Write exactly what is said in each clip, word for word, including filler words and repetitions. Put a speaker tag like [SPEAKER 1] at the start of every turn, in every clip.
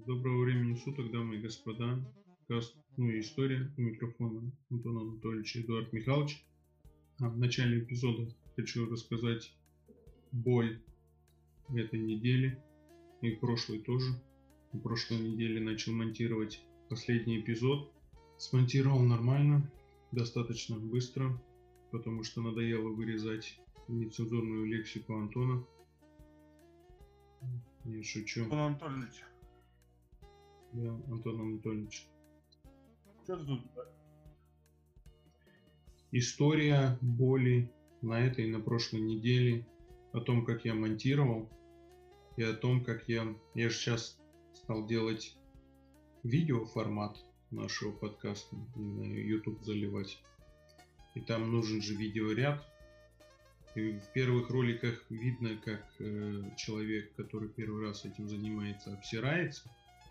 [SPEAKER 1] Доброго времени суток, дамы и господа. Каст «Ну и история», у микрофона Антон Анатольевич, Эдуард Михайлович. А в начале эпизода хочу рассказать боль этой недели и прошлой тоже. На прошлой неделе начал монтировать последний эпизод. Смонтировал нормально, достаточно быстро, потому что надоело вырезать нецензурную лексику Антона. Не шучу.
[SPEAKER 2] Антон Анатольевич.
[SPEAKER 1] Да, Антон Анатольевич.
[SPEAKER 2] Что ты тут?
[SPEAKER 1] История боли на этой и на прошлой неделе, о том, как я монтировал, и о том, как я... Я же сейчас стал делать видеоформат нашего подкаста, на YouTube заливать. И там нужен же видеоряд. И в первых роликах видно, как э, человек, который первый раз этим занимается, обсирается.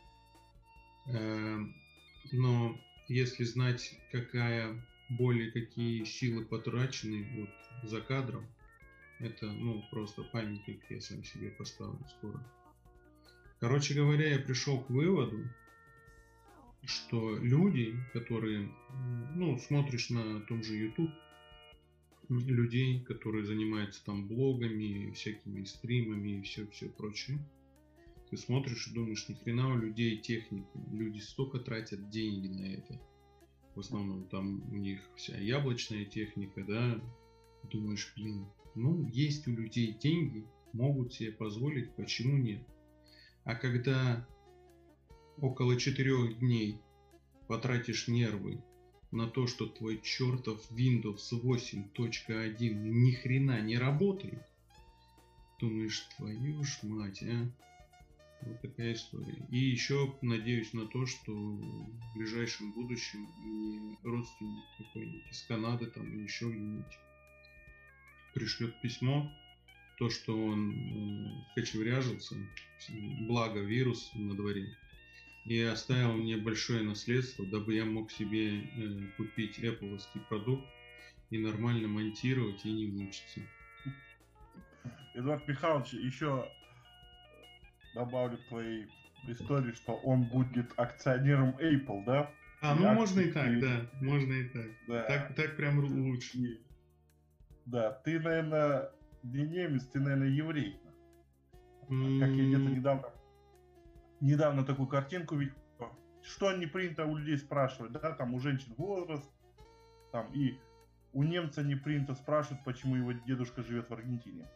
[SPEAKER 1] Э, но если знать, какая боль и какие силы потрачены вот за кадром, это, ну, просто памятник я сам себе поставлю скоро. Короче говоря, я пришел к выводу, что люди, которые, ну, смотришь на том же YouTube, людей, которые занимаются там блогами, всякими стримами и все-все прочее, ты смотришь и думаешь, ни хрена у людей техники, люди столько тратят деньги на это. В основном там у них вся яблочная техника, да. Думаешь, блин, ну есть у людей деньги, могут себе позволить, почему нет? А когда около четырех дней потратишь нервы на то, что твой чертов Windows восемь точка один ни хрена не работает, думаешь, твою ж мать, а? Вот такая история. И еще надеюсь на то, что в ближайшем будущем мне родственник какой-нибудь из Канады там или еще где-нибудь пришлет письмо, то, что он э, кочевряжился, благо вирус на дворе, и оставил мне большое наследство, дабы я мог себе э, купить Apple-овский продукт и нормально монтировать и не мучиться.
[SPEAKER 2] Эдуард Михайлович, еще добавлю к твоей истории, что он будет акционером Apple, да?
[SPEAKER 1] А,
[SPEAKER 2] и
[SPEAKER 1] ну
[SPEAKER 2] акции,
[SPEAKER 1] можно и так,
[SPEAKER 2] и...
[SPEAKER 1] да, можно и так.
[SPEAKER 2] Да.
[SPEAKER 1] Так, так прям лучше.
[SPEAKER 2] И... Да, ты, наверное, не немец, ты, наверное, еврей. Mm-hmm. Как я где-то недавно, недавно такую картинку видел. Что не принято у людей спрашивать, да, там у женщин возраст, там, и у немца не принято спрашивать, почему его дедушка живет в Аргентине.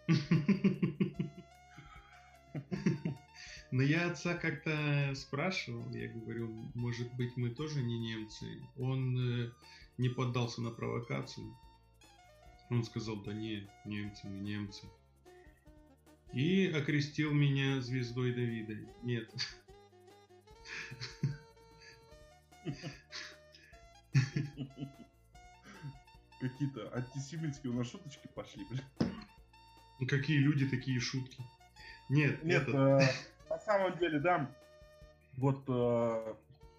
[SPEAKER 1] Но я отца как-то спрашивал, я говорю, может быть, мы тоже не немцы. Он э, не поддался на провокацию. Он сказал, да не, немцы, мы немцы. И окрестил меня звездой Давида. Нет.
[SPEAKER 2] Какие-то антисемитские у нас шуточки пошли, блин.
[SPEAKER 1] Ну какие люди, такие шутки. Нет,
[SPEAKER 2] нет. Э, на самом деле, да, вот э,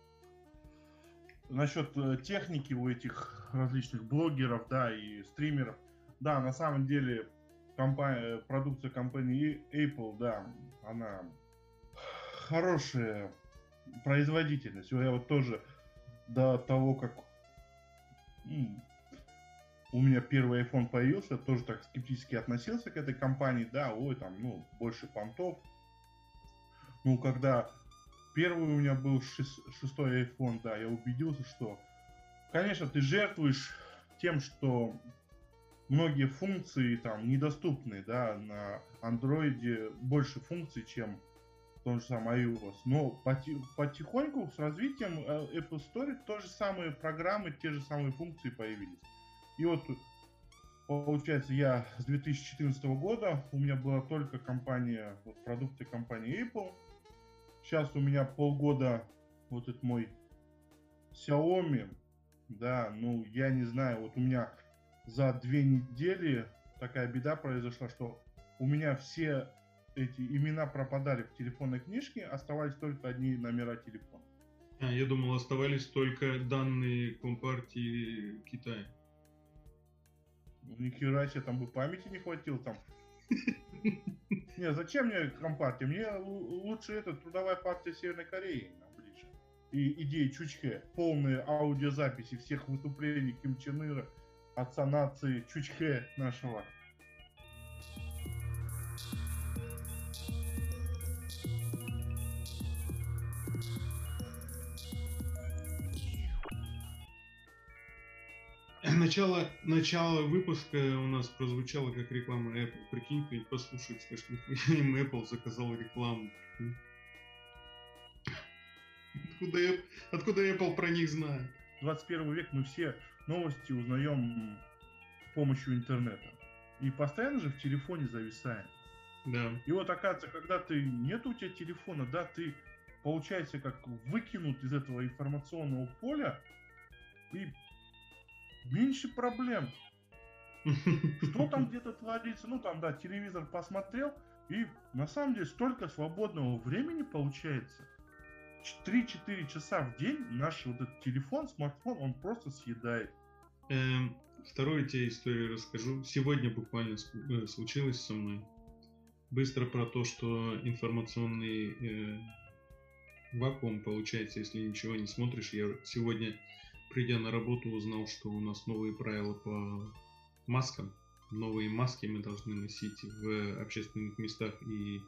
[SPEAKER 2] насчет э, техники у этих различных блогеров, да, и стримеров, да, на самом деле компания, продукция компании Apple, да, она хорошая производительность. Я вот тоже до того, как м- у меня первый iPhone появился, я тоже так скептически относился к этой компании, да, ой, там, ну, больше понтов. Ну, когда первый у меня был шест, шестой iPhone, да, я убедился, что, конечно, ты жертвуешь тем, что многие функции там недоступны, да, на Android больше функций, чем в том же самом iOS. Но потихоньку с развитием Apple Store то же самые программы, те же самые функции появились. И вот, получается, я с две тысячи четырнадцатого года, у меня была только компания, вот, продукты компании Apple. Сейчас у меня полгода вот этот мой Xiaomi, да, ну, я не знаю, вот у меня за две недели такая беда произошла, что у меня все эти имена пропадали в телефонной книжке, оставались только одни номера телефона.
[SPEAKER 1] А, я думал, оставались только данные Компартии Китая.
[SPEAKER 2] Ни хера себе, там бы памяти не хватило, там Не, зачем мне Компартия? Мне лучше это Трудовая партия Северной Кореи нам ближе. И идеи Чучхе. Полные аудиозаписи всех выступлений Ким Чен Ира, отца нации Чучхе нашего.
[SPEAKER 1] Начало, начало выпуска у нас прозвучало как реклама Apple. Прикинь, ты послушай, скажешь, им Apple заказал рекламу. Откуда, откуда Apple про них знает?
[SPEAKER 2] двадцать первый век, мы все новости узнаем с помощью интернета. И постоянно же в телефоне зависаем.
[SPEAKER 1] Да.
[SPEAKER 2] И вот оказывается, когда ты нет у тебя телефона, да, ты получается как выкинут из этого информационного поля и меньше проблем. Что там где-то творится? Ну там, да, телевизор посмотрел, и на самом деле столько свободного времени получается. три-четыре часа в день наш вот этот телефон, смартфон, он просто съедает.
[SPEAKER 1] Эм, вторую тебе историю расскажу. Сегодня буквально случилось со мной. Быстро про то, что информационный э, вакуум получается, если ничего не смотришь. Я сегодня, придя на работу, узнал, что у нас новые правила по маскам. Новые маски мы должны носить в общественных местах и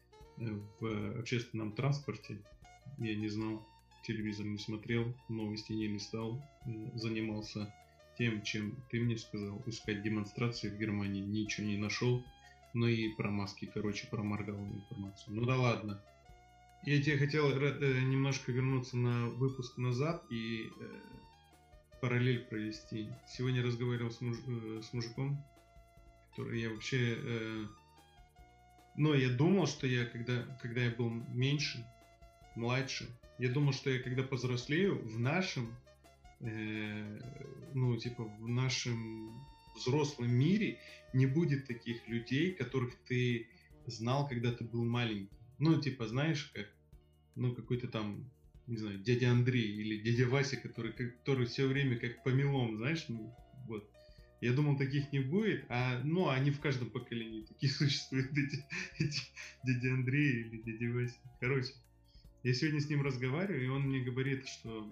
[SPEAKER 1] в общественном транспорте. Я не знал, телевизор не смотрел, новости не листал, занимался тем, чем ты мне сказал, искать демонстрации в Германии, ничего не нашел, но и про маски, короче, проморгал информацию. Ну да ладно. Я тебе хотел э, немножко вернуться на выпуск назад и э, параллель провести. Сегодня разговаривал с, муж, э, с мужиком, который я вообще... Э, ну, я думал, что я, когда, когда я был меньше, младше, я думал, что я, когда повзрослею, в нашем, э, ну, типа, в нашем взрослом мире не будет таких людей, которых ты знал, когда ты был маленький. Ну, типа, знаешь, как, ну, какой-то там, не знаю, дядя Андрей или дядя Вася, который, который все время как помелом, знаешь, ну, вот. Я думал, таких не будет, а, ну, они в каждом поколении такие существуют, эти, эти дядя Андрей или дядя Вася. Короче, я сегодня с ним разговариваю, и он мне говорит, что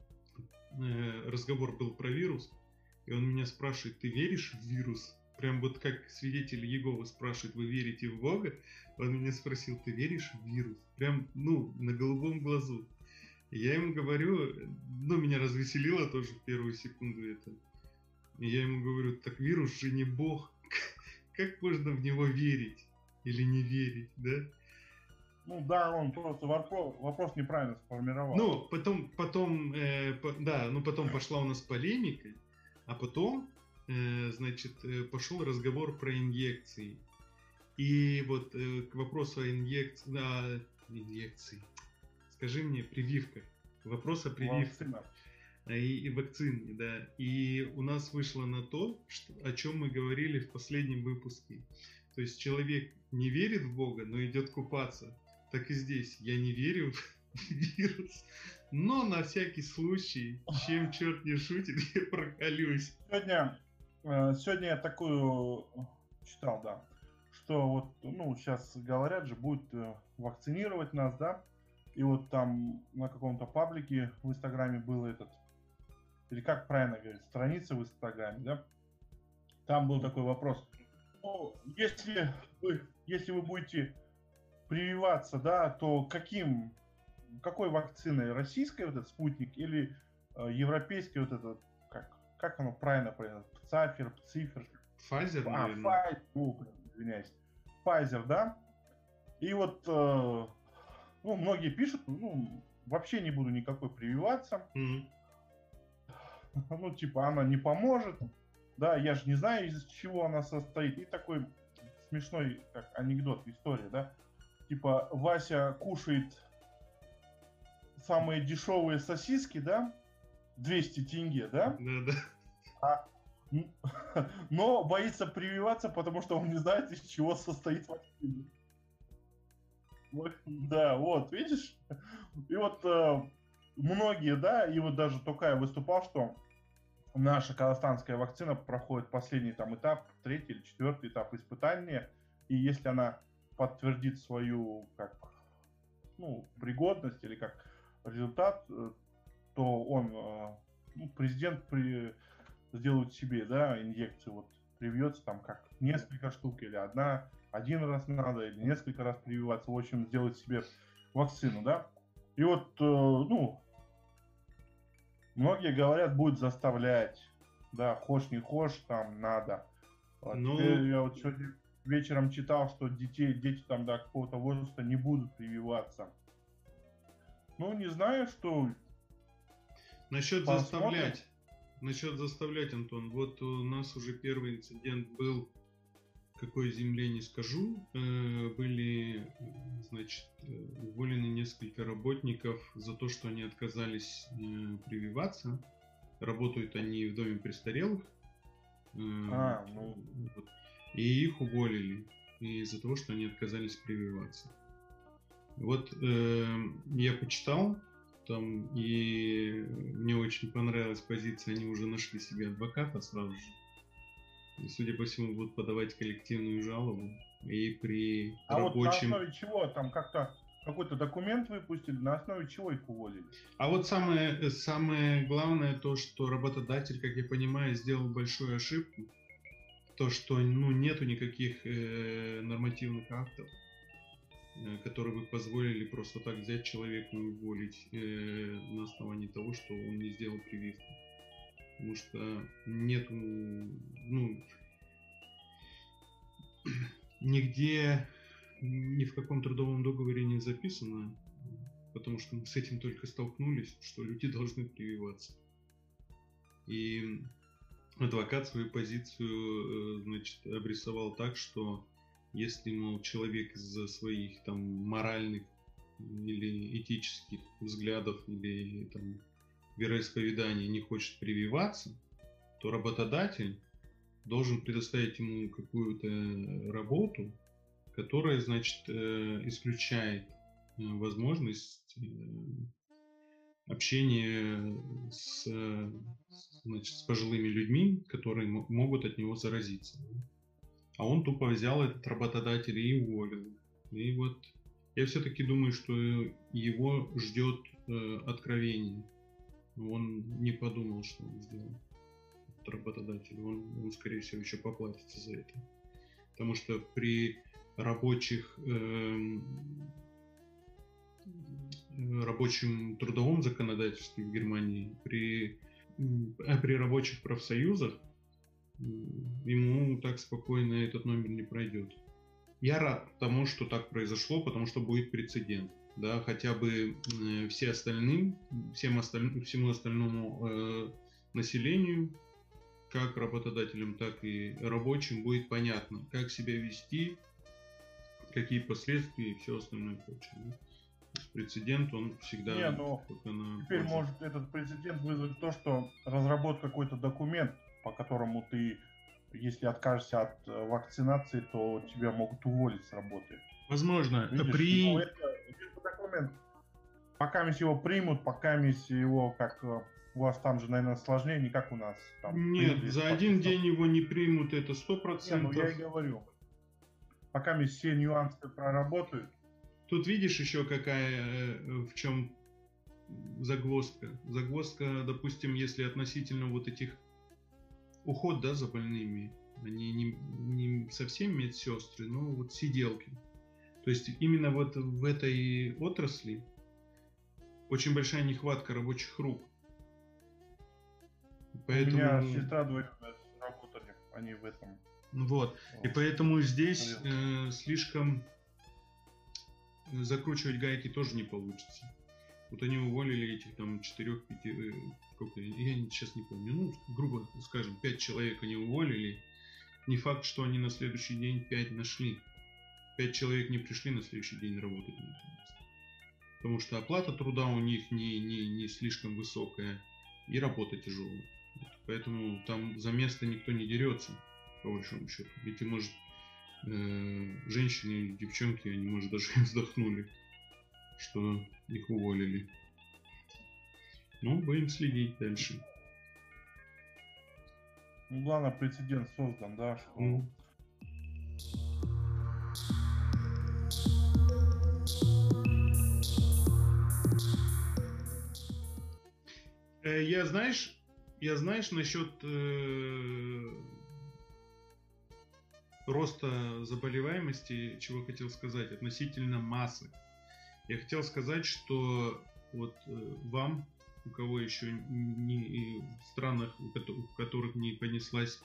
[SPEAKER 1] э, разговор был про вирус, и он меня спрашивает, ты веришь в вирус? Прям вот как свидетель Иеговы спрашивает, вы верите в Бога? Он меня спросил, ты веришь в вирус? Прям, ну, на голубом глазу. И я ему говорю, ну, меня развеселило тоже в первую секунду это. И я ему говорю, так вирус же не Бог. Как можно в него верить или не верить, да?
[SPEAKER 2] Ну да, он просто вопрос, вопрос неправильно сформировал.
[SPEAKER 1] Ну, потом, потом, э, по, да, ну потом пошла у нас полемика, а потом, э, значит, э, пошел разговор про инъекции. И вот э, к вопросу о инъекции, да, инъекции. Скажи мне, прививка. Вопрос о прививке. И, и вакцине, да. И у нас вышло на то, что, о чем мы говорили в последнем выпуске. То есть человек не верит в Бога, но идет купаться. Так и здесь. Я не верю в вирус, но на всякий случай, чем черт не шутит, я проколюсь.
[SPEAKER 2] Сегодня, сегодня я такую читал, да, что вот, ну, сейчас говорят же, будут вакцинировать нас, да, и вот там на каком-то паблике в Инстаграме был этот, или как правильно говорить, страница в Инстаграме, да, там был такой вопрос. Ну, если вы, если вы будете прививаться, да, то каким, какой вакциной? Российской вот этот спутник или э, европейской вот этот, как, как оно правильно правильно? Пцафер, Пцифер?
[SPEAKER 1] Pfizer,
[SPEAKER 2] а,
[SPEAKER 1] наверное.
[SPEAKER 2] Pfizer, извиняюсь. Pfizer, да? И вот, э, ну, многие пишут, ну, вообще не буду никакой прививаться.
[SPEAKER 1] Mm-hmm.
[SPEAKER 2] Ну, типа, она не поможет. Да, я же не знаю, из чего она состоит. И такой смешной, как анекдот, история, да? Типа, Вася кушает самые дешевые сосиски, да? двести тенге, да?
[SPEAKER 1] Да,
[SPEAKER 2] да. А, но боится прививаться, потому что он не знает, из чего состоит вакцина. Да, вот, видишь? И вот э, многие, да, и вот даже Токай выступал, что наша казахстанская вакцина проходит последний там этап, третий или четвертый этап испытания, и если она подтвердит свою как, ну, пригодность или как результат, то он, ну, президент при, сделает себе, да, инъекцию, вот привьется там как несколько штук или одна, один раз надо или несколько раз прививаться, в общем, сделать себе вакцину, да. И вот, ну, многие говорят, будет заставлять, да, хошь не хошь, там надо. А
[SPEAKER 1] Ну,
[SPEAKER 2] теперь я вот сегодня вечером читал, что детей, дети там до какого-то возраста не будут прививаться. Ну, не знаю, что...
[SPEAKER 1] Насчет заставлять. Насчет заставлять, Антон. Вот у нас уже первый инцидент был, какой земле не скажу. Были, значит, уволены несколько работников за то, что они отказались прививаться. Работают они в доме престарелых.
[SPEAKER 2] А, ну...
[SPEAKER 1] И их уволили из-за того, что они отказались прививаться. Вот э, я почитал там, и мне очень понравилась позиция, они уже нашли себе адвоката сразу же. И, судя по всему, будут подавать коллективную жалобу. И при
[SPEAKER 2] а
[SPEAKER 1] рабочем...
[SPEAKER 2] вот на основе чего? Там как-то какой-то документ выпустили, на основе чего их уволили?
[SPEAKER 1] А вот самое, самое главное то, что работодатель, как я понимаю, сделал большую ошибку. То, что, ну, нету никаких э, нормативных актов, э, которые бы позволили просто так взять человека и уволить э, на основании того, что он не сделал прививку. Потому что нету, ну, нигде, ни в каком трудовом договоре не записано, потому что мы с этим только столкнулись, что люди должны прививаться. И адвокат свою позицию, значит, обрисовал так, что если, мол, человек из-за своих там моральных или этических взглядов или там вероисповедания не хочет прививаться, то работодатель должен предоставить ему какую-то работу, которая, значит, исключает возможность общения с, значит, с пожилыми людьми, которые могут от него заразиться. А он тупо взял этот работодатель и уволил. И вот я все-таки думаю, что его ждет э, откровение. Он не подумал, что он сделал, этот работодатель. Он, он, скорее всего, еще поплатится за это. Потому что при рабочих... Э, рабочем трудовом законодательстве в Германии, при, а при рабочих профсоюзах ему так спокойно этот номер не пройдет. Я рад тому, что так произошло, потому что будет прецедент. Да, хотя бы все остальным, всем остальным, всему остальному э, населению, как работодателям, так и рабочим, будет понятно, как себя вести, какие последствия и все остальное прочее. Прецедент, он всегда...
[SPEAKER 2] Не, ну, теперь пользу. Может этот прецедент вызвать то, что разработать какой-то документ, по которому ты, если откажешься от вакцинации, то тебя могут уволить с работы.
[SPEAKER 1] Возможно.
[SPEAKER 2] Видишь,
[SPEAKER 1] при...
[SPEAKER 2] ну, это, это документ. Пока его примут, пока его, как у вас там же, наверное, сложнее, не как у нас. Там,
[SPEAKER 1] Нет, за один день его не примут, это сто процентов.
[SPEAKER 2] Нет, ну я и говорю. Пока все нюансы проработают.
[SPEAKER 1] Тут видишь еще какая, в чем загвоздка. Загвоздка, допустим, если относительно вот этих уход, да, за больными, они не, не совсем медсестры, но вот сиделки. То есть именно вот в этой отрасли очень большая нехватка рабочих рук.
[SPEAKER 2] Поэтому... У меня сестра двоюродная работали, они в этом.
[SPEAKER 1] Вот. И поэтому здесь э, слишком закручивать гайки тоже не получится. Вот они уволили этих там четырех-пяти, э, сколько, я сейчас не помню, ну, грубо скажем, пять человек они уволили. Не факт, что они на следующий день пять нашли. Пять человек не пришли на следующий день работать. Потому что оплата труда у них не, не, не слишком высокая и работа тяжелая. Поэтому там за место никто не дерется, по большому счету. Эти, может, э, женщины или девчонки, они, может, даже вздохнули, что их уволили. Ну, будем следить дальше.
[SPEAKER 2] Ну, главное, прецедент создан, да, что... Mm.
[SPEAKER 1] Э, я знаешь, я знаешь насчет э, роста заболеваемости, чего хотел сказать относительно массы. Я хотел сказать, что вот э, вам, у кого еще не в странах, в которых не понеслась,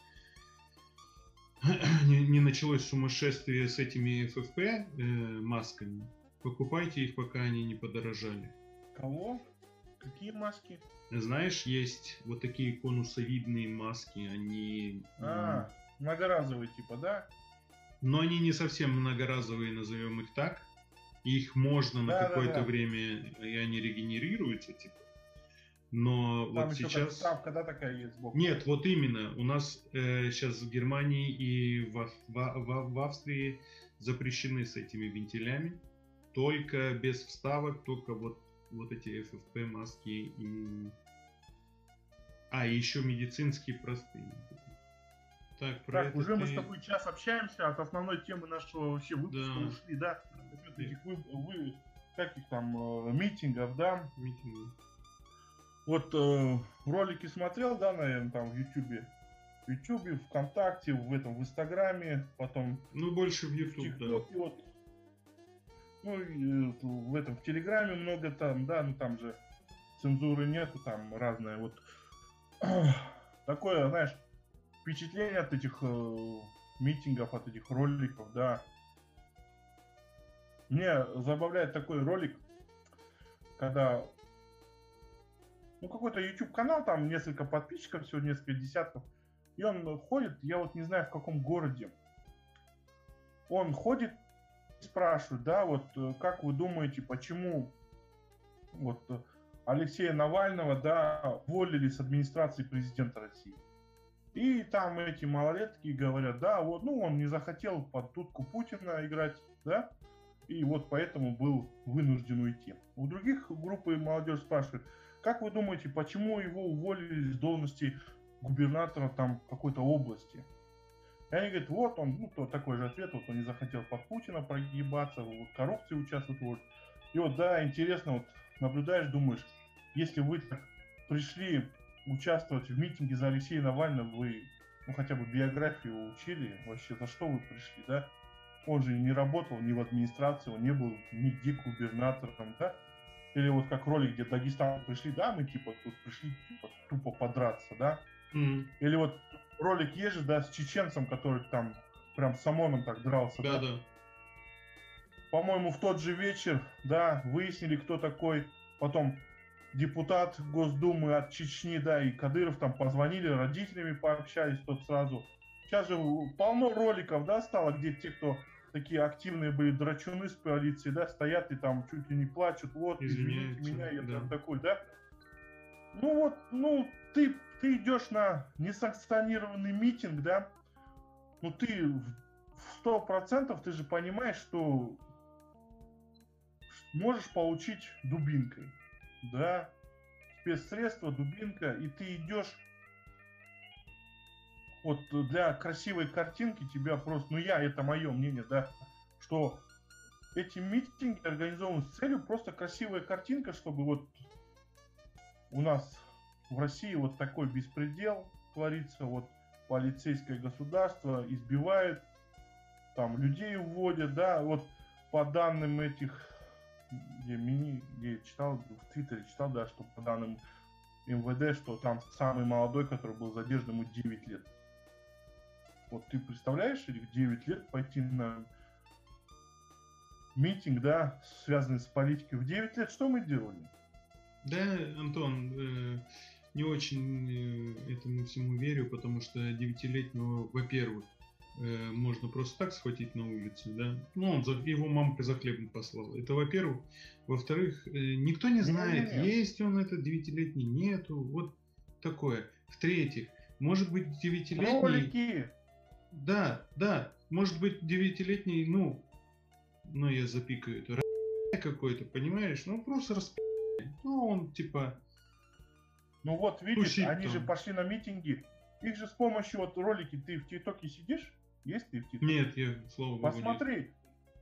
[SPEAKER 1] не, не началось сумасшествие с этими эф эф пэ э, масками, покупайте их, пока они не подорожали.
[SPEAKER 2] Кого? Какие маски?
[SPEAKER 1] Знаешь, есть вот такие конусовидные маски, они...
[SPEAKER 2] А, многоразовые типа, да?
[SPEAKER 1] Но они не совсем многоразовые, назовем их так. Их можно да, на какое-то да, да. время, и они регенерируются, типа. Но
[SPEAKER 2] там
[SPEAKER 1] вот
[SPEAKER 2] еще
[SPEAKER 1] сейчас...
[SPEAKER 2] вставка, да, такая есть сбоку?
[SPEAKER 1] Нет, вот именно. У нас э, сейчас в Германии и в, в, в, в Австрии запрещены с этими вентилями. Только без вставок, только вот, вот эти эф эф пэ маски и... А, и еще медицинские простые. Так, про
[SPEAKER 2] так уже
[SPEAKER 1] ты...
[SPEAKER 2] мы с тобой час общаемся, от основной темы нашего вообще выпуска да. ушли, да? Этих вы, вы, каких там э, митингов, да?
[SPEAKER 1] Митинги.
[SPEAKER 2] Вот э, ролики смотрел, да, наверное, там в Ютубе. В Ютубе, ВКонтакте, в этом, в Инстаграме, потом...
[SPEAKER 1] Ну, больше в Ютубе, да.
[SPEAKER 2] Вот. Ну, и, в этом, в Телеграме много там, да, ну там же цензуры нету, там разное, вот... Такое, знаешь, впечатление от этих э, митингов, от этих роликов, да. Мне забавляет такой ролик, когда, ну, какой-то YouTube канал, там несколько подписчиков, всего несколько десятков, и он ходит, я вот не знаю в каком городе, он ходит и спрашивает, да, вот, как вы думаете, почему вот Алексея Навального, да, уволили с администрации президента России. И там эти малолетки говорят, да, вот, ну, он не захотел под дудку Путина играть, да, и вот поэтому был вынужден уйти. У других группы молодежь спрашивает, как вы думаете, почему его уволили с должности губернатора там какой-то области? И они говорят, вот он, ну, то, такой же ответ, вот он не захотел под Путина прогибаться, вот, в коррупции участвовать, вот. И вот, да, интересно, вот, наблюдаешь, думаешь, если вы так пришли участвовать в митинге за Алексея Навального, вы, ну, хотя бы биографию учили, вообще, за что вы пришли, да? Он же не работал ни в администрации, он не был нигде губернатором, да? Или вот как ролик, где Дагестан пришли, да, мы типа тут пришли типа, тупо подраться, да?
[SPEAKER 1] Mm.
[SPEAKER 2] Или вот ролик есть же, да, с чеченцем, который там прям с ОМОНом так дрался,
[SPEAKER 1] да?
[SPEAKER 2] Да,
[SPEAKER 1] да.
[SPEAKER 2] По-моему, в тот же вечер, да, выяснили, кто такой, потом депутат Госдумы от Чечни, да, и Кадыров там позвонили, родителями пообщались, тот сразу. Сейчас же полно роликов, да, стало, где те, кто такие активные были драчуны с полицией, да, стоят и там чуть ли не плачут, вот, извините меня, я да. там такой, да. Ну вот, ну, ты, ты идешь на несанкционированный митинг, да, ну ты в сто процентов ты же понимаешь, что можешь получить дубинкой, да, спецсредство, дубинка, и ты идешь. Вот для красивой картинки тебя просто, ну я, это мое мнение, да, что эти митинги организованы с целью просто красивая картинка, чтобы вот у нас в России вот такой беспредел творится, вот полицейское государство избивает, там людей уводят, да, вот по данным этих, где мини, где читал, в Твиттере читал, да, что по данным эм вэ дэ, что там самый молодой, который был задержан, ему девять лет. Вот ты представляешь, в девять лет пойти на митинг, да, связанный с политикой. В девять лет что мы делали?
[SPEAKER 1] Да, Антон, э, не очень э, этому всему верю, потому что девятилетнего, во-первых, э, можно просто так схватить на улице, да. Ну, он за, его мамка за хлебом послала. Это, во-первых. Во-вторых, э, никто не знает, не, не, не. есть он этот девятилетний, нету. Вот такое. В-третьих, может быть, девятилетний...
[SPEAKER 2] Ролики!
[SPEAKER 1] Да, да, может быть, девятилетний, ну, ну, я запикаю это, какой-то, понимаешь? Ну, просто расп... Ну, он, типа...
[SPEAKER 2] Ну, вот, видишь,
[SPEAKER 1] тусит
[SPEAKER 2] они
[SPEAKER 1] там.
[SPEAKER 2] же пошли на митинги. Их же с помощью, вот, ролики, ты в ТикТоке сидишь? Есть ты в ТикТоке?
[SPEAKER 1] Нет, я, слава богу,
[SPEAKER 2] Посмотри.
[SPEAKER 1] нет.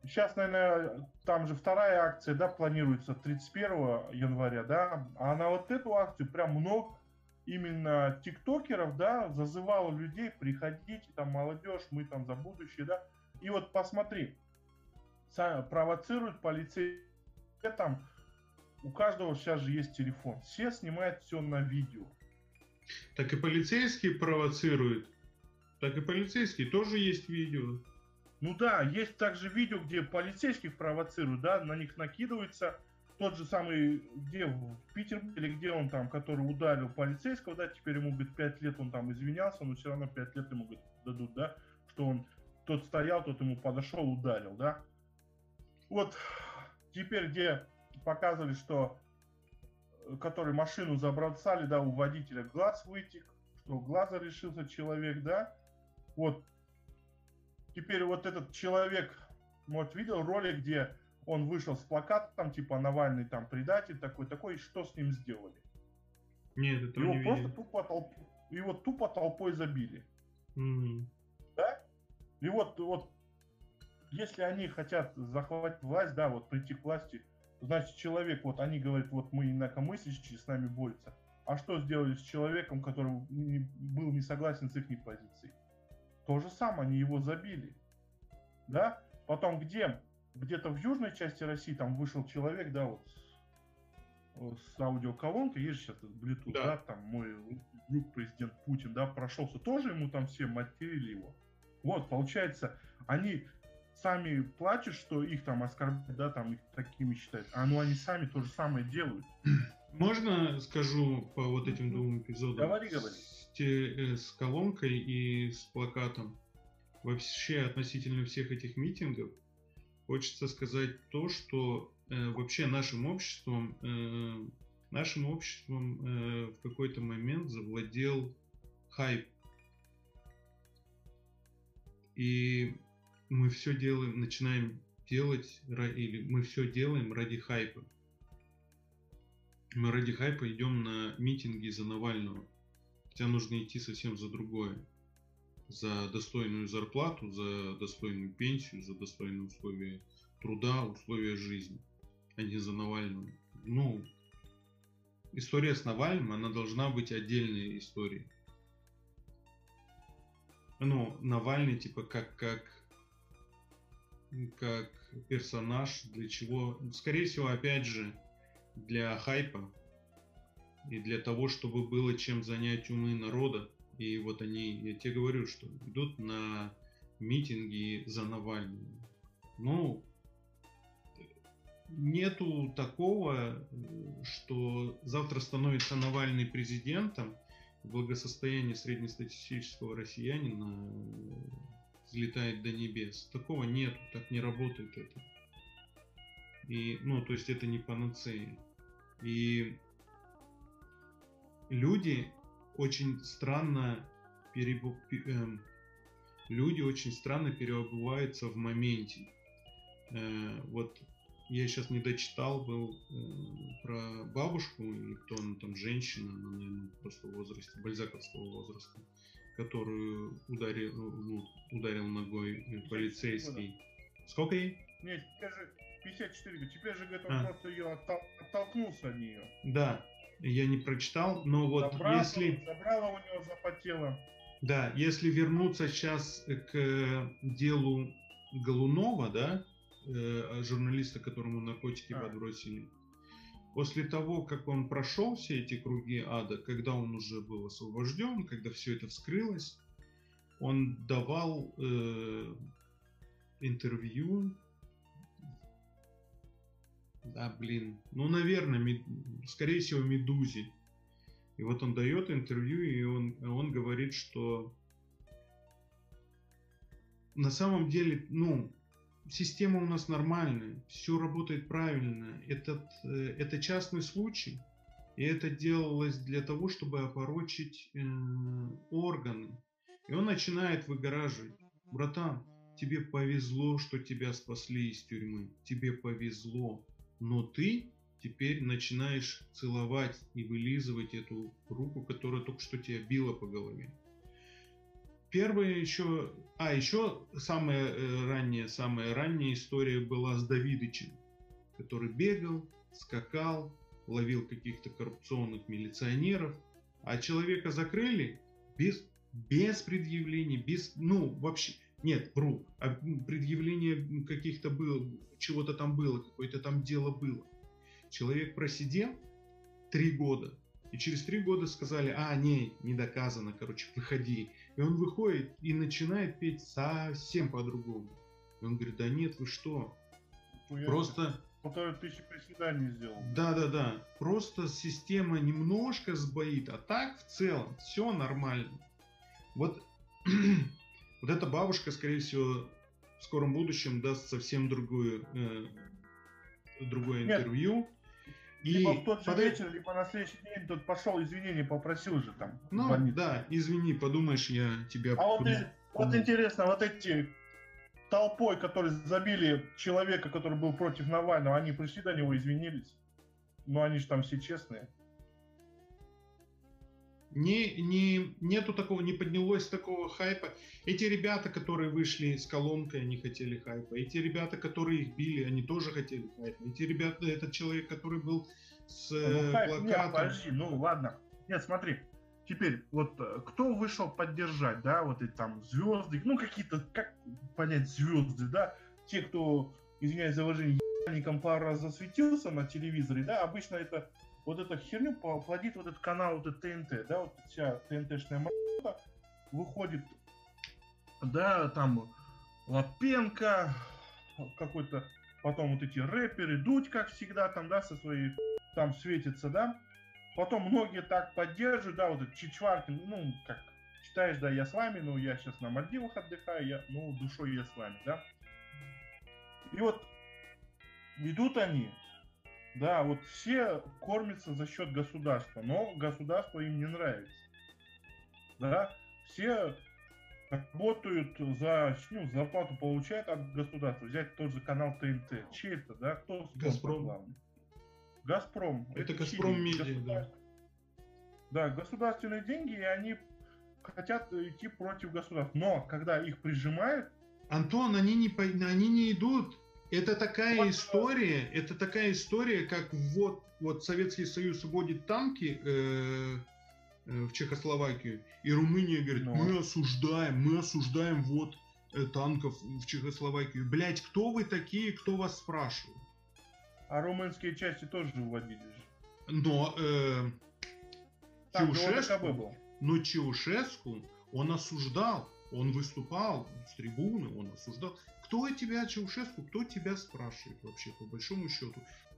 [SPEAKER 2] Сейчас, наверное, там же вторая акция, да, планируется тридцать первого января, да, а на вот эту акцию прям много именно тиктокеров, да, зазывало людей, приходите, там, молодежь, мы там за будущее, да. И вот посмотри, провоцируют полицейских, там, у каждого сейчас же есть телефон, все снимают все на видео.
[SPEAKER 1] Так и полицейские провоцируют, так и полицейские тоже есть видео.
[SPEAKER 2] Ну да, есть также видео, где полицейских провоцируют, да, на них накидывается тот же самый, где в Петербурге, или где он там, который ударил полицейского, да, теперь ему, говорит, пять лет он там извинялся, но все равно пять лет ему, говорит, дадут, да, что он, тот стоял, тот ему подошел, ударил, да. Вот теперь, где показывали, что, который машину забросали, да, у водителя глаз вытек, что глаза лишился человек, да, вот. Теперь вот этот человек, вот видел ролик, где он вышел с плакатом, типа Навальный там предатель такой-такой, что с ним сделали?
[SPEAKER 1] Нет, это
[SPEAKER 2] его
[SPEAKER 1] не
[SPEAKER 2] просто
[SPEAKER 1] видел.
[SPEAKER 2] тупо толп... его тупо толпой забили.
[SPEAKER 1] Mm-hmm.
[SPEAKER 2] Да? И вот, вот, если они хотят захватить власть, да, вот прийти к власти, значит, человек, вот они говорят, вот мы инакомыслящие, с нами борются. А что сделали с человеком, который не, был не согласен с их позицией? То же самое, они его забили. Да? Потом где? Где-то в южной части России там вышел человек, да, вот с аудиоколонкой, есть сейчас Bluetooth, да. да, там мой друг президент Путин, да, прошелся, тоже ему там все материли его. Вот, получается, они сами плачут, что их там оскорбляют, да, там их такими считают, а ну они сами то же самое делают.
[SPEAKER 1] Можно скажу по вот этим двум эпизодам?
[SPEAKER 2] Говори, говори.
[SPEAKER 1] С, те, с колонкой и с плакатом. Вообще относительно всех этих митингов хочется сказать то, что э, вообще нашим обществом, э, нашим обществом э, в какой-то момент завладел хайп. И мы все делаем, начинаем делать, или мы все делаем ради хайпа. Мы ради хайпа идем на митинги за Навального. Хотя нужно идти совсем за другое. За достойную зарплату, за достойную пенсию, за достойные условия труда, условия жизни, а не за Навального. Ну, история с Навальным, она должна быть отдельной историей. Ну, Навальный, типа, как, как, как персонаж, для чего, скорее всего, опять же, для хайпа и для того, чтобы было чем занять умы народа. И вот они, я тебе говорю, что идут на митинги за Навального. Ну, нету такого, что завтра становится Навальный президентом, благосостояние среднестатистического россиянина взлетает до небес. Такого нету, так не работает это. И, ну, то есть это не панацея. И люди очень странно перебу... э, люди очень странно переобуваются в моменте. Э, вот я сейчас не дочитал был э, про бабушку, или кто она там, женщина, она, наверное, просто в возрасте, бальзаковского возраста, которую ударил, ну, ударил ногой полицейский. Сколько ей?
[SPEAKER 2] Нет, теперь же пятьдесят четыре, теперь же, говорит, он а. просто ее оттол- оттолкнулся от нее.
[SPEAKER 1] Да, я не прочитал, но вот
[SPEAKER 2] забрала,
[SPEAKER 1] если...
[SPEAKER 2] Забрала у него, запотела.
[SPEAKER 1] Да, если вернуться сейчас к делу Голунова, да, э, журналиста, которому наркотики а. подбросили, после того, как он прошел все эти круги ада, когда он уже был освобожден, когда все это вскрылось, он давал э, интервью. Да, блин. Ну, наверное, мед... скорее всего, Медузе. И вот он дает интервью, и он, он говорит, что на самом деле, ну, система у нас нормальная, все работает правильно. Этот, э, это частный случай, и это делалось для того, чтобы опорочить э, органы. И он начинает выгораживать. Братан, тебе повезло, что тебя спасли из тюрьмы. Тебе повезло. Но ты теперь начинаешь целовать и вылизывать эту руку, которая только что тебя била по голове. первая еще... А, еще самая э, ранняя, самая ранняя история была с Давидычем, который бегал, скакал, ловил каких-то коррупционных милиционеров, а человека закрыли без, без предъявлений, без... Ну, вообще... Нет, вру. А предъявление каких-то было, чего-то там было, какое-то там дело было. Человек просидел три года. И через три года сказали, а, не, не доказано, короче, выходи. И он выходит и начинает петь совсем по-другому. И он говорит, да нет, вы что?
[SPEAKER 2] Ну,
[SPEAKER 1] Просто...
[SPEAKER 2] Полторы тысячи приседаний сделал.
[SPEAKER 1] Да-да-да. Просто система немножко сбоит, а так в целом все нормально. Вот, вот эта бабушка, скорее всего, в скором будущем даст совсем другую, э, другое
[SPEAKER 2] Нет.
[SPEAKER 1] интервью.
[SPEAKER 2] Либо
[SPEAKER 1] И
[SPEAKER 2] в тот же
[SPEAKER 1] под...
[SPEAKER 2] вечер, либо на следующий день тот пошел, извинения попросил же там.
[SPEAKER 1] Ну, да, извини, подумаешь, я тебя...
[SPEAKER 2] А вот, и, вот интересно, вот эти толпой, которые забили человека, который был против Навального, они пришли до него, извинились. Ну, они же там все честные.
[SPEAKER 1] Не, не, нету такого, не поднялось такого хайпа. Эти ребята, которые вышли с колонкой, они хотели хайпа. Эти ребята, которые их били, они тоже хотели хайпа. Эти ребята, этот человек, который был с
[SPEAKER 2] ну, хайп,
[SPEAKER 1] плакатом...
[SPEAKER 2] Нет, подожди, ну ладно. Нет, смотри. Теперь, вот кто вышел поддержать, да, вот эти там звезды, ну какие-то, как понять звезды, да, те, кто, извиняюсь за выражение, ебаником пару раз засветился на телевизоре, да, обычно это, вот эту херню плодит вот этот канал, вот этот ТНТ, да, вот вся ТНТшная маршрута выходит, да, там Лапенко, какой-то, потом вот эти рэперы, Дудь, как всегда, там, да, со своей, там светится, да. Потом многие так поддерживают, да, вот этот Чичваркин, ну, как, читаешь, да, я с вами, ну, я сейчас на Мальдивах отдыхаю, я, ну, душой я с вами, да. И вот идут они, да, вот все кормятся за счет государства, но государство им не нравится, да. Все работают за, ну, зарплату получают от государства, взять тот же канал ТНТ, чей это, да, кто
[SPEAKER 1] Газпром.
[SPEAKER 2] главный? Газпром.
[SPEAKER 1] Это, это Газпром Медиа, да.
[SPEAKER 2] Да, государственные деньги, и они хотят идти против государства. Но когда их прижимают...
[SPEAKER 1] Антон, они не, они не идут. Это такая
[SPEAKER 2] вот,
[SPEAKER 1] история, это такая история, как вот, вот Советский Союз вводит танки э, э, в Чехословакию, и Румыния говорит,
[SPEAKER 2] но...
[SPEAKER 1] мы осуждаем, мы осуждаем ввод э, танков в Чехословакию. Блять, кто вы такие, кто вас спрашивает?
[SPEAKER 2] А румынские части тоже вводили же.
[SPEAKER 1] Но э,
[SPEAKER 2] Там,
[SPEAKER 1] Чаушеску, был. но Чаушеску, он осуждал, он выступал с трибуны, он осуждал. Кто тебя, Чаушеску, кто тебя спрашивает вообще, по большому счету?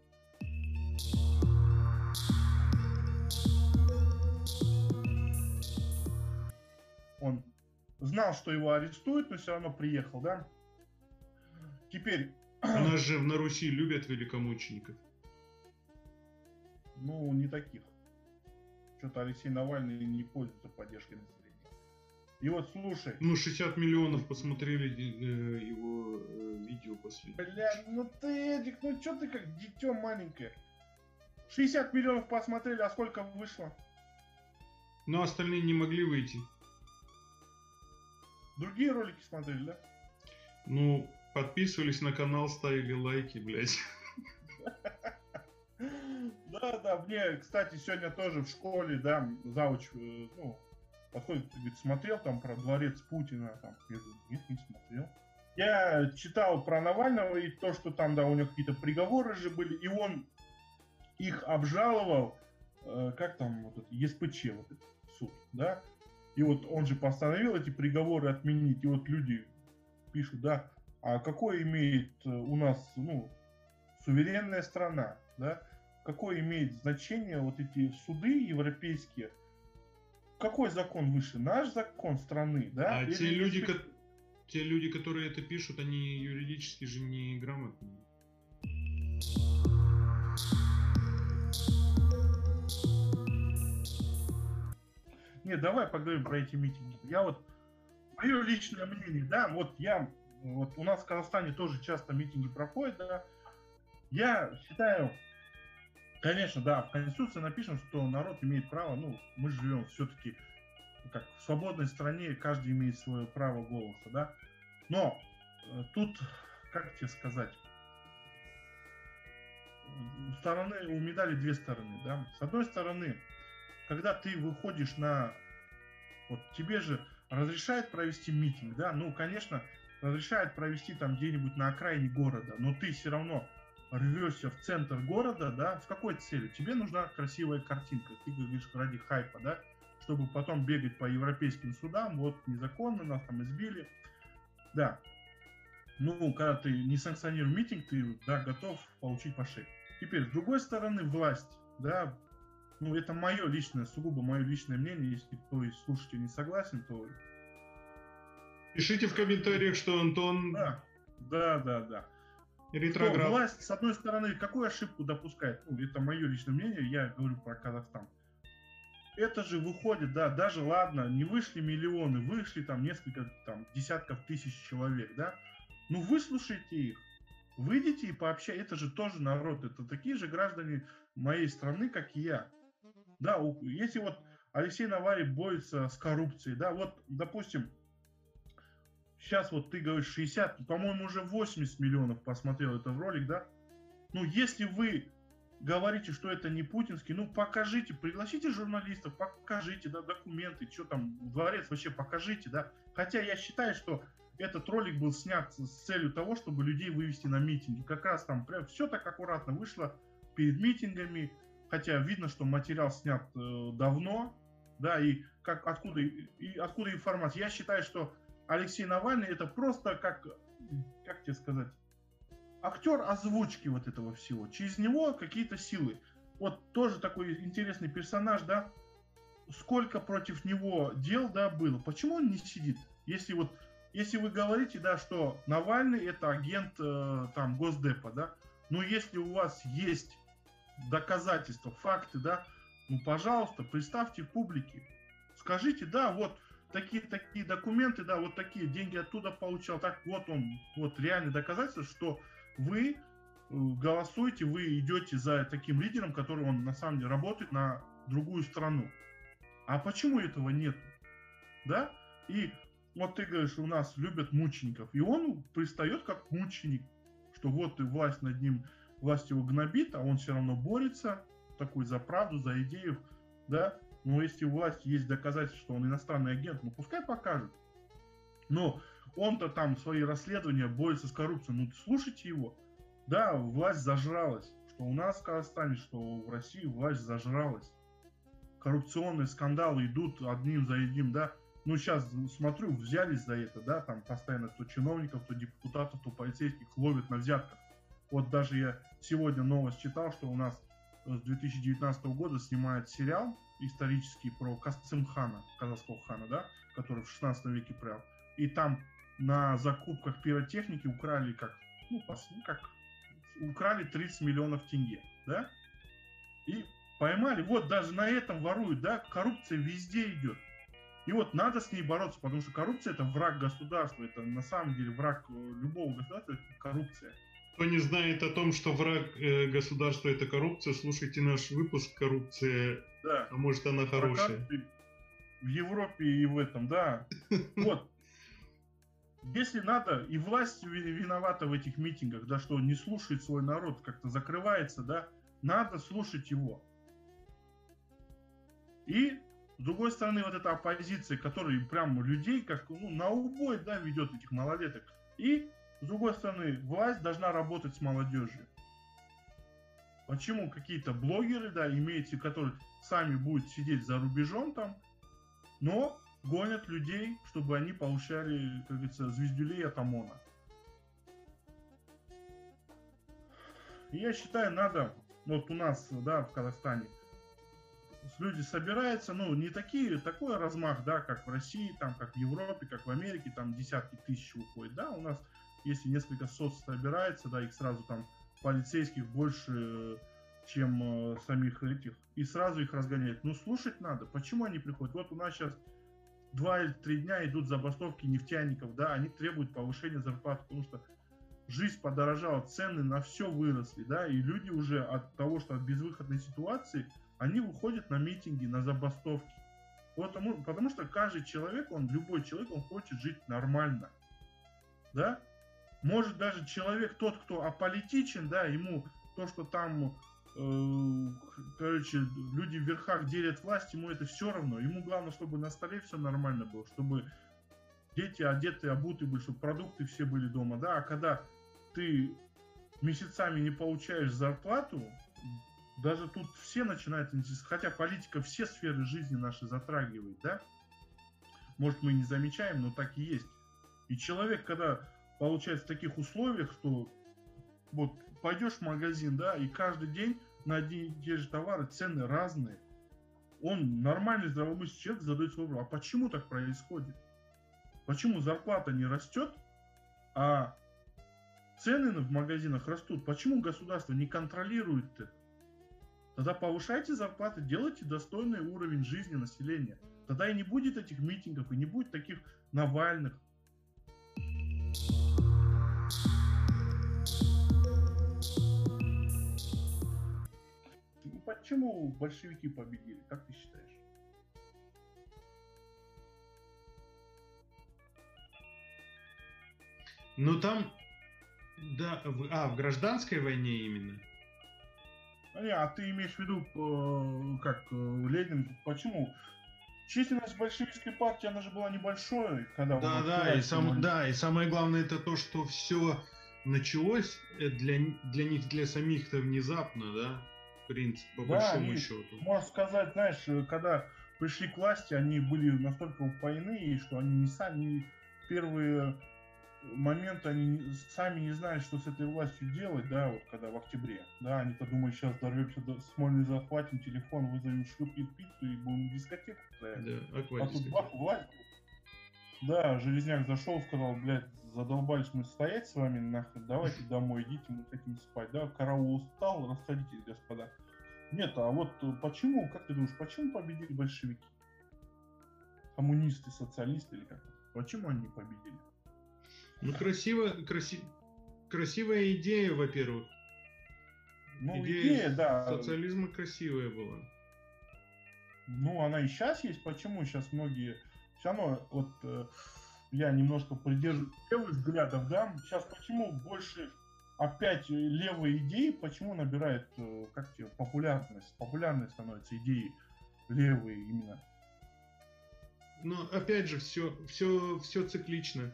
[SPEAKER 2] Он знал, что его арестуют, но все равно приехал, да? Теперь...
[SPEAKER 1] У нас же на Руси любят великомучеников.
[SPEAKER 2] Ну, не таких. Что-то Алексей Навальный не пользуется поддержкой населения. И вот слушай.
[SPEAKER 1] Ну, шестьдесят миллионов посмотрели э, его э, видео после.
[SPEAKER 2] Бля, ну ты, Эдик, ну что ты как дитё маленькое? шестьдесят миллионов посмотрели, а сколько вышло?
[SPEAKER 1] Но остальные не могли выйти.
[SPEAKER 2] Другие ролики смотрели, да?
[SPEAKER 1] Ну, подписывались на канал, ставили лайки, блядь.
[SPEAKER 2] Да, да, мне, кстати, сегодня тоже в школе, да, зауч, ну, подходит, говорит, смотрел там про дворец Путина, там, я говорю, нет, не смотрел. Я читал про Навального и то, что там, да, у него какие-то приговоры же были, и он их обжаловал, э, как там, вот это, ЕСПЧ, вот этот суд, да, и вот он же постановил эти приговоры отменить, и вот люди пишут, да, а какое имеет у нас, ну, суверенная страна, да, какое имеет значение вот эти суды европейские, какой закон выше, наш закон страны, да?
[SPEAKER 1] А
[SPEAKER 2] Или
[SPEAKER 1] те люди,
[SPEAKER 2] если...
[SPEAKER 1] ко... те люди, которые это пишут, они юридически же не грамотные.
[SPEAKER 2] Не, давай поговорим про эти митинги. Я вот, мое личное мнение, да, вот я, вот у нас в Казахстане тоже часто митинги проходят, да, я считаю, конечно, да, в Конституции напишем, что народ имеет право, ну, мы живем все-таки как в свободной стране каждый имеет свое право голоса, да. Но э, тут, как тебе сказать, у стороны, у медали две стороны, да. С одной стороны, когда ты выходишь на... Вот тебе же разрешают провести митинг, да, ну, конечно, разрешают провести там где-нибудь на окраине города, но ты все равно рвешься в центр города, да, с какой целью? Тебе нужна красивая картинка, ты говоришь ради хайпа, да, чтобы потом бегать по европейским судам, вот незаконно, нас там избили, да. Ну, когда ты не санкционируешь митинг, ты, да, готов получить по шее. Теперь, с другой стороны, власть, да, ну, это мое личное, сугубо мое личное мнение, если кто из слушателей не согласен, то...
[SPEAKER 1] Пишите в комментариях, что Антон...
[SPEAKER 2] Да, да, да, да.
[SPEAKER 1] Ретроград.
[SPEAKER 2] Что власть, с одной стороны, какую ошибку допускает? Ну, это мое личное мнение, я говорю про Казахстан. Это же выходит, да, даже ладно, не вышли миллионы, вышли там несколько, там, десятков тысяч человек, да, ну выслушайте их, выйдите и пообщайтесь, это же тоже народ, это такие же граждане моей страны, как и я. Да, если вот Алексей Навальный борется с коррупцией, да, вот, допустим, сейчас вот ты говоришь шестьдесят, по-моему, уже восемьдесят миллионов посмотрел этот ролик, да, ну если вы говорите, что это не путинский, ну покажите, пригласите журналистов, покажите, да, документы, что там, дворец вообще покажите, да. Хотя я считаю, что этот ролик был снят с целью того, чтобы людей вывести на митинги. Как раз там прям все так аккуратно вышло перед митингами, хотя видно, что материал снят э, давно, да, и как, откуда, и откуда информация. Я считаю, что Алексей Навальный это просто как, как тебе сказать, актер озвучки вот этого всего. Через него какие-то силы. Вот тоже такой интересный персонаж, да. Сколько против него дел, да, было. Почему он не сидит? Если вот, если вы говорите, да, что Навальный это агент э, там Госдепа, да. Но если у вас есть доказательства, факты, да, ну, пожалуйста, представьте публике. Скажите, да, вот такие-такие документы, да, вот такие деньги оттуда получал. Так вот он, вот реальные доказательства, что вы голосуете, вы идете за таким лидером, который он на самом деле работает на другую страну. А почему этого нет? Да? И вот ты говоришь, у нас любят мучеников. И он пристает как мученик, что вот и власть над ним, власть его гнобит, а он все равно борется, такой за правду, за идею, да? Но если у власти есть доказательства, что он иностранный агент, ну пускай покажет. Но он-то там свои расследования борется с коррупцией. Ну, слушайте его. Да, власть зажралась. Что у нас в Казахстане, что в России власть зажралась. Коррупционные скандалы идут одним за одним, да. Ну, сейчас смотрю, взялись за это, да, там постоянно то чиновников, то депутатов, то полицейских ловят на взятках. Вот даже я сегодня новость читал, что у нас с две тысячи девятнадцатого года снимают сериал исторический про Касымхана, казахского хана, да, который в шестнадцатом веке правил. И там на закупках пиротехники украли как, ну, как украли тридцать миллионов тенге, да, и поймали, вот даже на этом воруют, да, коррупция везде идет. И вот надо с ней бороться, потому что коррупция это враг государства, это на самом деле враг любого государства, это коррупция.
[SPEAKER 1] Кто не знает о том, что враг э, государства это коррупция, слушайте наш выпуск «Коррупция»,
[SPEAKER 2] да.
[SPEAKER 1] А может она хорошая.
[SPEAKER 2] В Европе и в этом, да. Вот. Если надо, и власть виновата в этих митингах, да, что не слушает свой народ, как-то закрывается, да, надо слушать его. И, с другой стороны, вот эта оппозиция, которая прям людей как, ну, на убой, да, ведет этих малолеток. И, с другой стороны, власть должна работать с молодежью. Почему какие-то блогеры, да, имеете, которые сами будут сидеть за рубежом там, но гонят людей, чтобы они получали, как говорится, звездюлей от ОМОНа. Я считаю, надо, вот у нас, да, в Казахстане, люди собираются, ну, не такие, такой размах, да, как в России, там, как в Европе, как в Америке, там десятки тысяч выходит, да, у нас, если несколько сот собирается, да, их сразу там полицейских больше, чем э, самих этих, и сразу их разгоняют. Ну, слушать надо, почему они приходят? Вот у нас сейчас два или три дня идут забастовки нефтяников, да, они требуют повышения зарплат, потому что жизнь подорожала, цены на все выросли, да, и люди уже от того, что от безвыходной ситуации, они выходят на митинги, на забастовки. Потому, потому что каждый человек, он, любой человек, он хочет жить нормально. Да? Может даже человек, тот, кто аполитичен, да, ему то, что там, э, короче, люди в верхах делят власть, ему это все равно. Ему главное, чтобы на столе все нормально было, чтобы дети одеты, обуты были, чтобы продукты все были дома, да. А когда ты месяцами не получаешь зарплату, даже тут все начинают интересоваться, хотя политика все сферы жизни наши затрагивает, да. Может, мы не замечаем, но так и есть. И человек, когда получается в таких условиях, что вот пойдешь в магазин, да, и каждый день на одни и те же товары цены разные, он нормальный здравомыслящий человек задает вопрос, а почему так происходит? Почему зарплата не растет, а цены в магазинах растут? Почему государство не контролирует это? Тогда повышайте зарплаты, делайте достойный уровень жизни населения. Тогда и не будет этих митингов, и не будет таких Навальных. Почему большевики победили? Как ты считаешь?
[SPEAKER 1] Ну там, да, в, а, в гражданской войне именно?
[SPEAKER 2] А, не, а ты имеешь в виду, э, как э, Ленин, почему? Численность большевистской партии, она же была небольшой, когда...
[SPEAKER 1] Да, да, и, сам, да, и самое главное это то, что все началось для, для них, для самих-то внезапно, да, в принципе, по да, большому
[SPEAKER 2] и,
[SPEAKER 1] счету.
[SPEAKER 2] Можно сказать, знаешь, когда пришли к власти, они были настолько упоены, что они не сами первые моменты, они сами не знали, что с этой властью делать, да, вот когда в октябре, да, они-то думали, сейчас дорвемся до Смольный, захватим телефон, вызовем шлюпки пиццу и будем дискотеку ставить.
[SPEAKER 1] Да,
[SPEAKER 2] а тут бах, власть. Да, Железняк зашел, сказал, блядь, задолбались мы стоять с вами, нахуй, давайте домой идите, мы хотим спать, да, караул устал, расходитесь, господа. Нет, а вот почему, как ты думаешь, почему победили большевики? Коммунисты, социалисты или как? Почему они победили?
[SPEAKER 1] Ну, красиво, краси... красивая идея, во-первых.
[SPEAKER 2] Ну, идея, идея, да.
[SPEAKER 1] Социализма красивая была.
[SPEAKER 2] Ну, она и сейчас есть. Почему сейчас многие... Все равно, вот э, я немножко придерживаюсь левых взглядов, да. Сейчас почему больше опять левые идеи, почему набирает, э, как тебе, популярность? Популярной становятся идеи левые именно.
[SPEAKER 1] Но опять же, все, все, все циклично.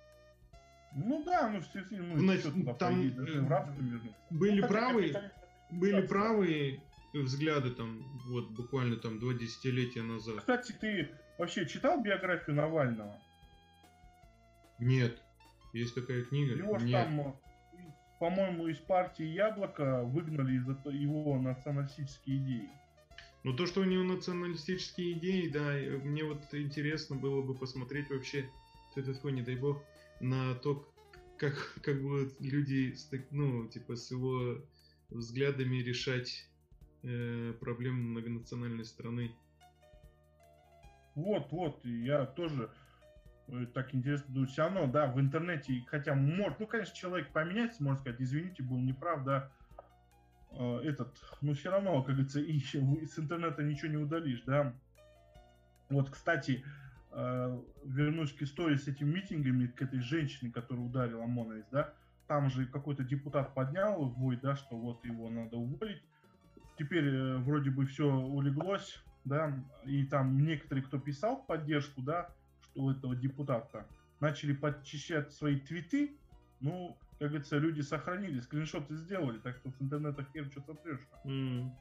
[SPEAKER 2] Ну да, ну все, ну,
[SPEAKER 1] значит,
[SPEAKER 2] туда
[SPEAKER 1] там
[SPEAKER 2] поедет,
[SPEAKER 1] были ну, правые, были правые взгляды там, вот буквально там два десятилетия назад.
[SPEAKER 2] Кстати, ты вообще читал биографию Навального?
[SPEAKER 1] Нет, есть такая книга.
[SPEAKER 2] Его ж
[SPEAKER 1] Нет.
[SPEAKER 2] там, по-моему, из партии Яблоко выгнали из-за его националистические идеи.
[SPEAKER 1] Ну то, что у него националистические идеи, да, мне вот интересно было бы посмотреть вообще, этот не дай бог, на то, как, как будут люди, ну, типа, с его взглядами решать э, проблемы многонациональной страны.
[SPEAKER 2] Вот, вот, я тоже э, так интересно думаю, все равно, да, в интернете, хотя может, ну, конечно, человек поменяется, можно сказать, извините, был неправ, да, э, этот, но все равно, как говорится, и с интернета ничего не удалишь, да. Вот, кстати, вернусь к истории с этими митингами, к этой женщине, которая ударила ОМОНовец, да, там же какой-то депутат поднял вой, да, что вот его надо уволить. Теперь э, вроде бы все улеглось, да, и там некоторые, кто писал в поддержку, да, что у этого депутата, начали подчищать свои твиты, ну, как говорится, люди сохранили, скриншоты сделали, так что с интернета хер что сотрешь. Mm.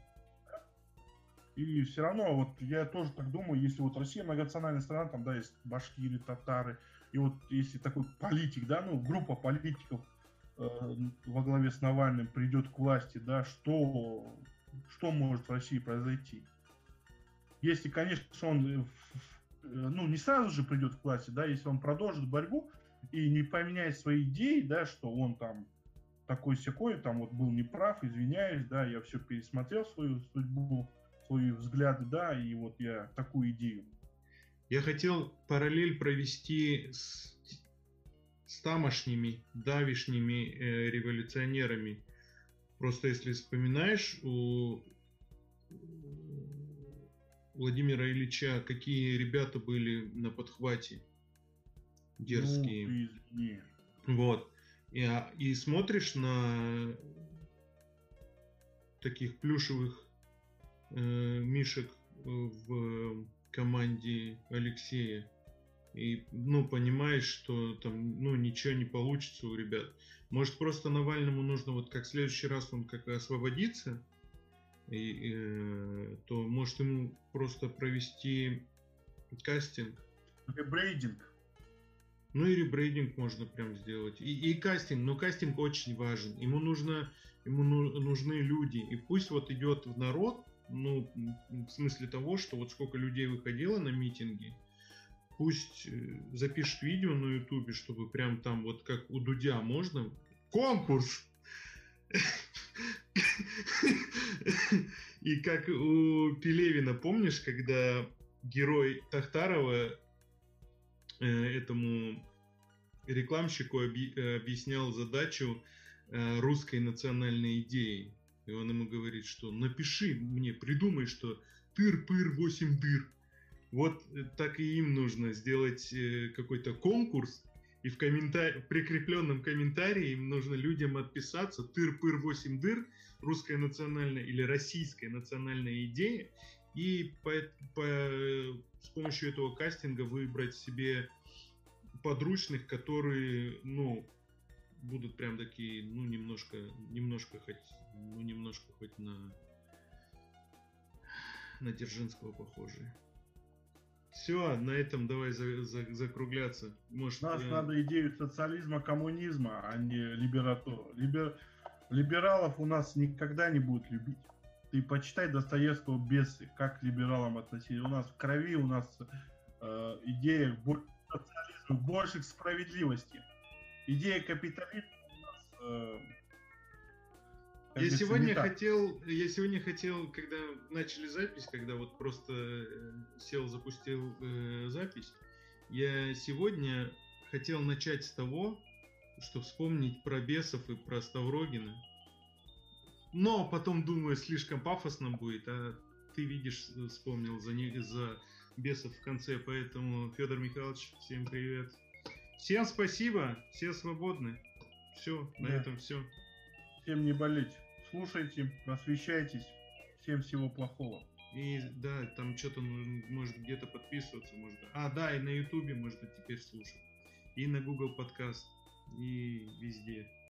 [SPEAKER 2] И все равно, вот я тоже так думаю, если вот Россия многонациональная страна, там, да, есть башкиры, татары, и вот если такой политик, да, ну, группа политиков э, во главе с Навальным придет к власти, да, что, что может в России произойти? Если, конечно, он, ну, не сразу же придет к власти, да, если он продолжит борьбу и не поменяет свои идеи, да, что он там такой-сякой, там вот был неправ, извиняюсь, да, я все пересмотрел свою судьбу, свои взгляды, да, и вот я такую идею.
[SPEAKER 1] Я хотел параллель провести с, с тамошними, давишними э, революционерами. Просто если вспоминаешь, у, Владимира Ильича, какие ребята были на подхвате, дерзкие.
[SPEAKER 2] Ну, ты извини.
[SPEAKER 1] Вот. И, а, и смотришь на таких плюшевых э, мишек в команде Алексея. И, ну, понимаешь, что там, ну, ничего не получится у ребят. Может, просто Навальному нужно, вот как в следующий раз он как освободится, и, э, то может ему просто провести кастинг.
[SPEAKER 2] Ребрейдинг.
[SPEAKER 1] Ну и ребрейдинг можно прям сделать. И, и кастинг, но кастинг очень важен. Ему нужно, ему ну, нужны люди. И пусть вот идет в народ, ну, в смысле того, что вот сколько людей выходило на митинги, пусть запишет видео на ютубе, чтобы прям там вот как у Дудя можно. Конкурс! И как у Пелевина, помнишь, когда герой Тахтарова этому рекламщику объяснял задачу русской национальной идеи. И он ему говорит, что напиши мне, придумай, что тыр-пыр, восемь дыр. Вот так и им нужно сделать какой-то конкурс, и в, комментар... в прикрепленном комментарии им нужно людям отписаться тыр-пыр, восемь дыр, русская национальная или российская национальная идея, и по... По... с помощью этого кастинга выбрать себе подручных, которые, ну, будут прям такие, ну, немножко, немножко хоть, ну, немножко хоть на, на Дзержинского похожие. Все, на этом давай за, за, закругляться. Может,
[SPEAKER 2] Нас
[SPEAKER 1] э...
[SPEAKER 2] надо идею социализма, коммунизма, а не либератора. Либер... Либералов у нас никогда не будут любить. Ты почитай Достоевского «Бесы», как к либералам относились. У нас в крови, у нас э, идея больше социализма, больше справедливости. Идея капитализма у нас... Э,
[SPEAKER 1] я сегодня хотел, я сегодня хотел, когда начали запись, когда вот просто сел, запустил э, запись, я сегодня хотел начать с того, что вспомнить про бесов и про Ставрогина. Но потом думаю, слишком пафосно будет, а ты видишь, вспомнил за, не, за бесов в конце, поэтому, Федор Михайлович, всем привет. Всем спасибо, все свободны. Все, на да. этом все.
[SPEAKER 2] Всем не болеть. Слушайте, просвещайтесь. Всем всего плохого.
[SPEAKER 1] И да, там что-то может где-то подписываться можно. А, да, и на Ютубе можно теперь слушать. И на Google Подкаст. И везде.